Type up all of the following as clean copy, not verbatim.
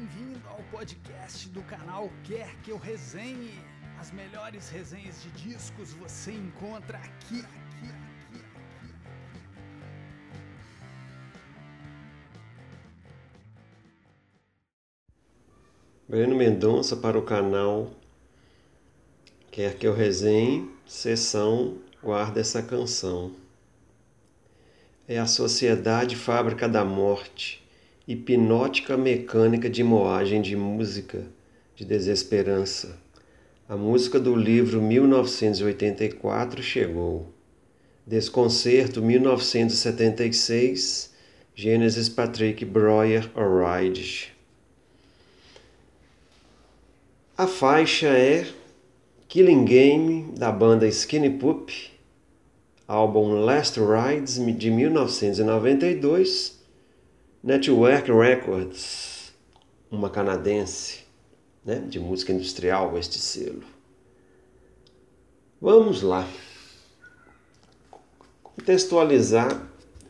bem-vindo ao podcast do canal Quer Que Eu Resenhe. As melhores resenhas de discos você encontra aqui. Breno Mendonça para o canal Quer Que Eu Resenhe, seção Guarda Essa Canção. É a sociedade fábrica da morte, hipnótica mecânica de moagem de música, de desesperança. A música do livro 1984 chegou. Desconcerto 1976, Genesis Patrick Breuer O'Reilly. A faixa é Killing Game, da banda Skinny Puppy, álbum Last Rides, de 1992, Network Records, uma canadense, de música industrial, este selo. Vamos lá contextualizar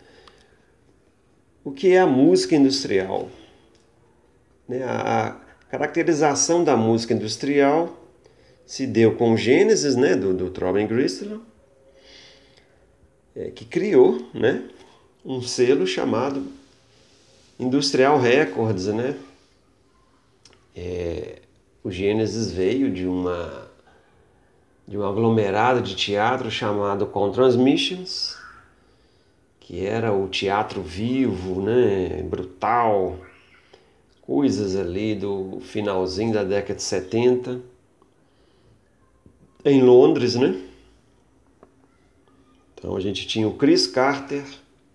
o que é a música industrial. A caracterização da música industrial se deu com o Genesis, do Throbbing Gristle, que criou, um selo chamado Industrial Records, O Genesis veio de um aglomerado de teatro chamado Con-Transmissions, que era o teatro vivo, brutal, coisas ali do finalzinho da década de 70, em Londres, Então a gente tinha o Chris Carter,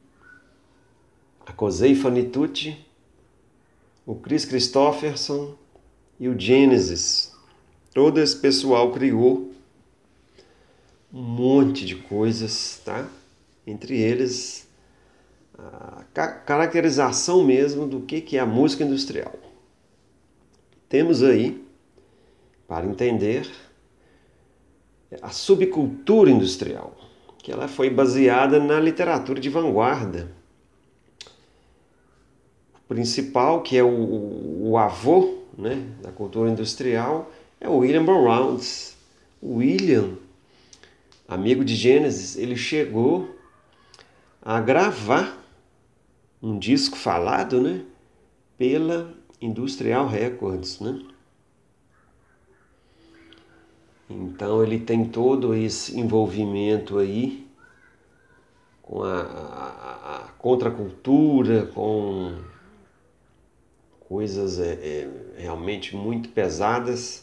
a Kosei Fanitucci, o Chris Christopherson e o Genesis. Todo esse pessoal criou um monte de coisas, Entre eles, a caracterização mesmo do que é a música industrial. Temos aí, para entender, a subcultura industrial, que ela foi baseada na literatura de vanguarda. O principal, que é o avô, da cultura industrial, é o William Burroughs. O William, amigo de Genesis, ele chegou a gravar um disco falado, pela Industrial Records, Então ele tem todo esse envolvimento aí com a contracultura, com coisas realmente muito pesadas,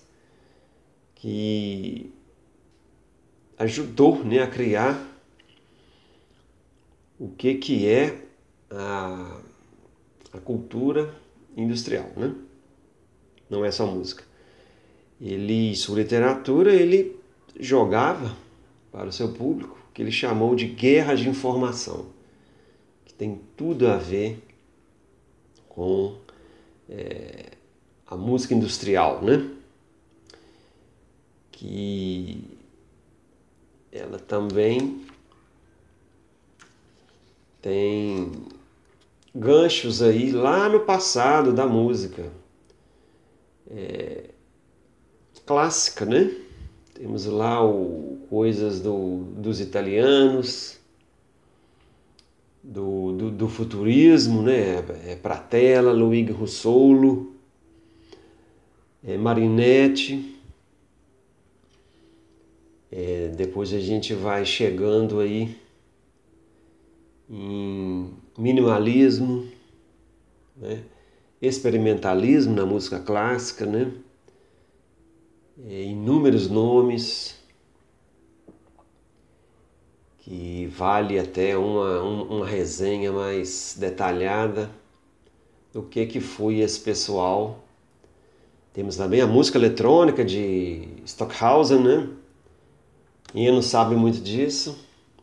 que ajudou a criar o que é a cultura industrial, Não é só música. Sua literatura, ele jogava para o seu público o que ele chamou de guerra de informação, que tem tudo a ver com a música industrial, Que ela também tem ganchos aí lá no passado da música clássica, Temos lá coisas dos italianos, do futurismo, Pratella, Luigi Russolo, Marinetti. Depois a gente vai chegando aí em minimalismo, experimentalismo na música clássica, Inúmeros nomes, que vale até uma resenha mais detalhada do que foi esse pessoal. Temos também a música eletrônica de Stockhausen, Eno sabe muito disso.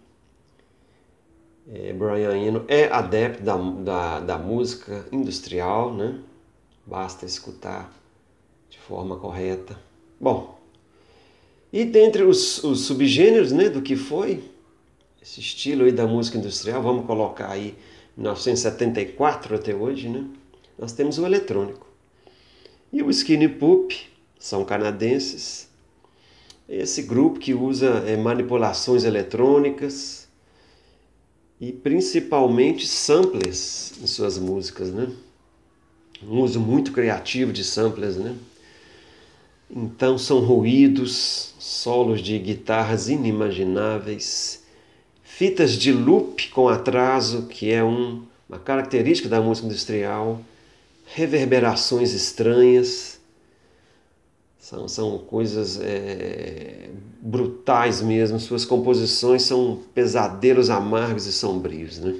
Brian Eno é adepto da música industrial, Basta escutar de forma correta. Bom, e dentre os subgêneros, do que foi esse estilo aí da música industrial, vamos colocar aí 1974 até hoje, nós temos o eletrônico. E o Skinny Pup são canadenses. Esse grupo que usa manipulações eletrônicas e principalmente samplers em suas músicas, né? Um uso muito criativo de samplers, né? Então são ruídos, solos de guitarras inimagináveis, fitas de loop com atraso, que é uma característica da música industrial, reverberações estranhas, são coisas brutais mesmo. Suas composições são pesadelos amargos e sombrios, né?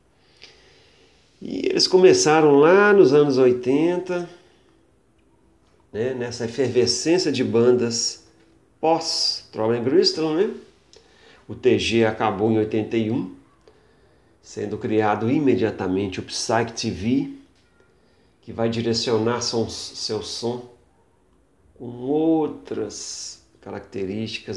E eles começaram lá nos anos 80, né, nessa efervescência de bandas pós-Throbbing Gristle, né? O TG acabou em 81, sendo criado imediatamente o Psych TV, que vai direcionar seu som com outras características,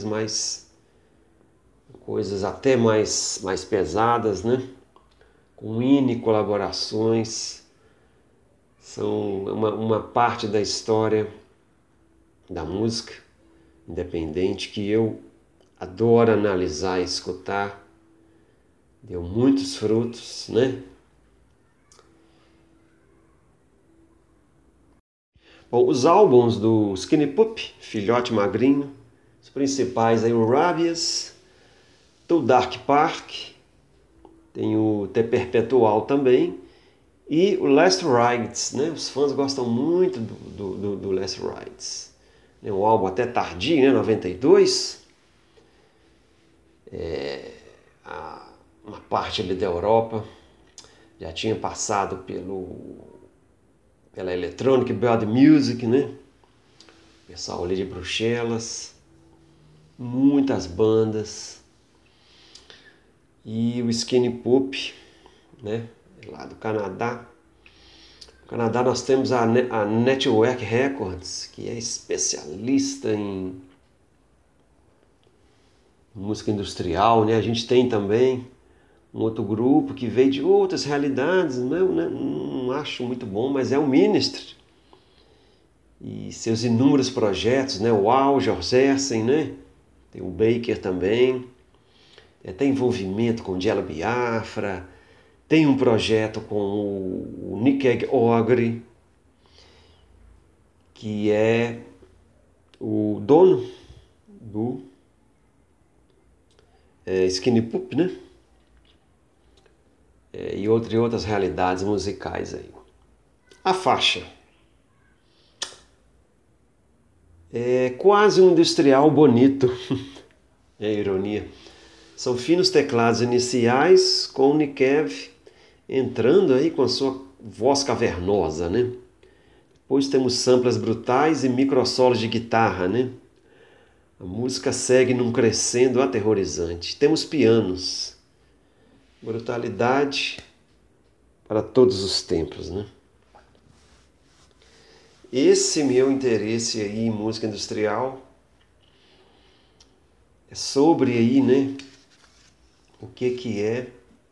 coisas até mais pesadas, né? Com colaborações. São uma parte da história da música independente que eu adoro analisar e escutar. Deu muitos frutos, né? Bom, os álbuns do Skinny Pup, Filhote Magrinho, os principais aí, o Rabies, do Dark Park, tem o The Perpetual também, e o Last Rides, né? Os fãs gostam muito do Last Rides. É um álbum até tardio, né? 92. Uma parte ali da Europa já tinha passado pela Electronic Body Music, né? O pessoal ali de Bruxelas, muitas bandas. E o Skinny Pup, né? Lá do Canadá. No Canadá nós temos a Network Records, que é especialista em música industrial, né? A gente tem também um outro grupo que veio de outras realidades, não acho muito bom, mas é o Ministry. E seus inúmeros projetos, né? O Al, Jorgersen, né? Tem o Baker também. Tem envolvimento com Jello Biafra. Tem um projeto com o Nick Ogre, que é o dono do Skinny Pup, né? E outras realidades musicais aí. A faixa é quase um industrial bonito. É ironia. São finos teclados iniciais com o Nick entrando aí com a sua voz cavernosa, né? Depois temos samples brutais e microsolos de guitarra, né? A música segue num crescendo aterrorizante. Temos pianos. Brutalidade para todos os tempos, né? Esse meu interesse aí em música industrial é sobre aí, né? O que é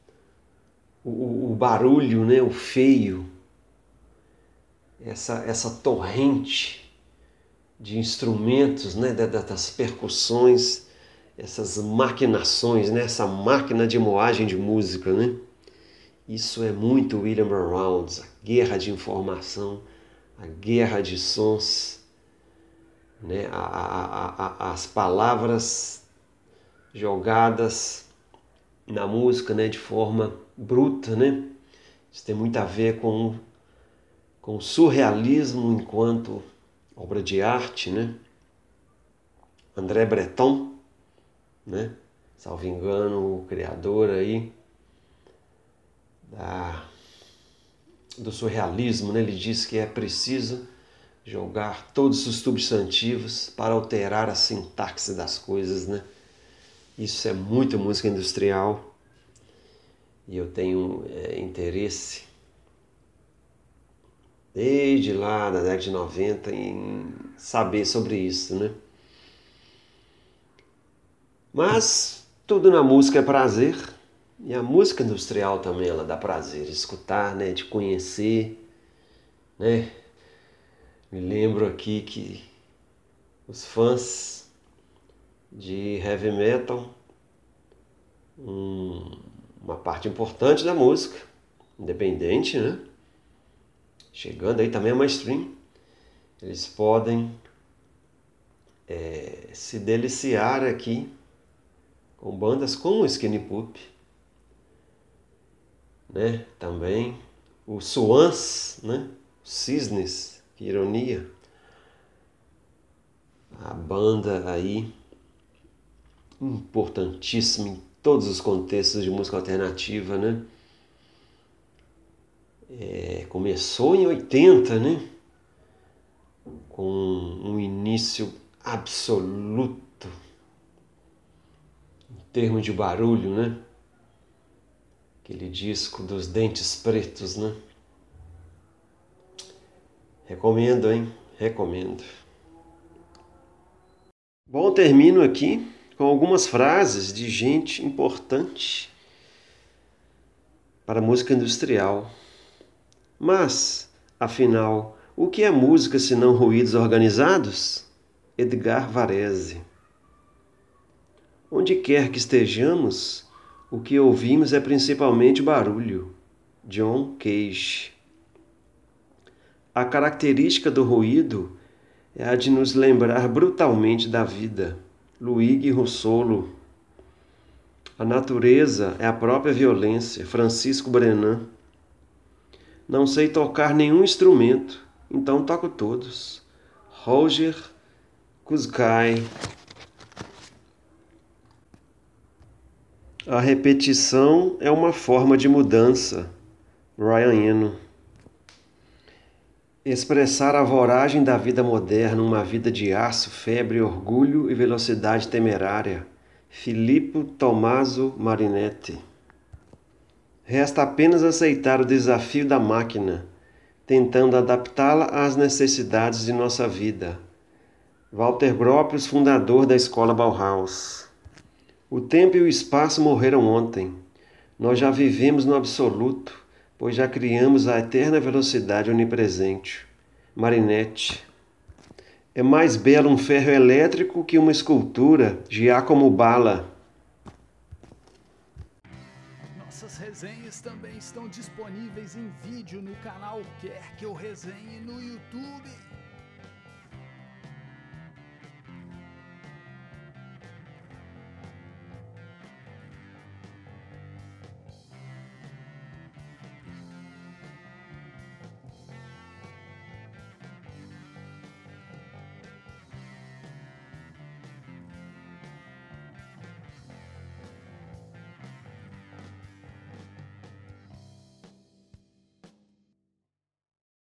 o barulho, né? O feio, essa torrente de instrumentos, né? Das percussões, essas maquinações, né? Essa máquina de moagem de música, né? Isso é muito William Burroughs, a guerra de informação, a guerra de sons, né? As palavras jogadas na música, né? De forma bruta, né? Isso tem muito a ver com o surrealismo enquanto obra de arte, né? André Breton, né? Salvo engano, o criador aí do surrealismo, né? Ele diz que é preciso jogar todos os substantivos para alterar a sintaxe das coisas, né? Isso é muito música industrial e eu tenho interesse desde lá da década de 90 em saber sobre isso, né? Mas tudo na música é prazer e a música industrial também ela dá prazer de escutar, né? De conhecer, né? Me lembro aqui que os fãs de heavy metal, uma parte importante da música, independente, né? Chegando aí também a mainstream, eles podem se deliciar aqui com bandas como o Skinny Pup, né? Também o Swans, né? Cisnes, que ironia. A banda aí importantíssima em todos os contextos de música alternativa, né? Começou em 80, né? Com um início absoluto em termos de barulho, né? Aquele disco dos Dentes Pretos, né? Recomendo, hein? Recomendo. Bom, termino aqui com algumas frases de gente importante para a música industrial. Mas, afinal, o que é música se não ruídos organizados? Edgar Varese. Onde quer que estejamos, o que ouvimos é principalmente barulho. John Cage. A característica do ruído é a de nos lembrar brutalmente da vida. Luigi Russolo. A natureza é a própria violência. Francisco Brenan. Não sei tocar nenhum instrumento, então toco todos. Roger Kuzkai. A repetição é uma forma de mudança. Brian Eno. Expressar a voragem da vida moderna, uma vida de aço, febre, orgulho e velocidade temerária. Filippo Tommaso Marinetti. Resta apenas aceitar o desafio da máquina, tentando adaptá-la às necessidades de nossa vida. Walter Gropius, fundador da escola Bauhaus. O tempo e o espaço morreram ontem. Nós já vivemos no absoluto, pois já criamos a eterna velocidade onipresente. Marinetti. É mais belo um ferro elétrico que uma escultura. Giacomo Balla. Nossas resenhas também estão disponíveis em vídeo no canal Quer Que Eu Resenhe no YouTube.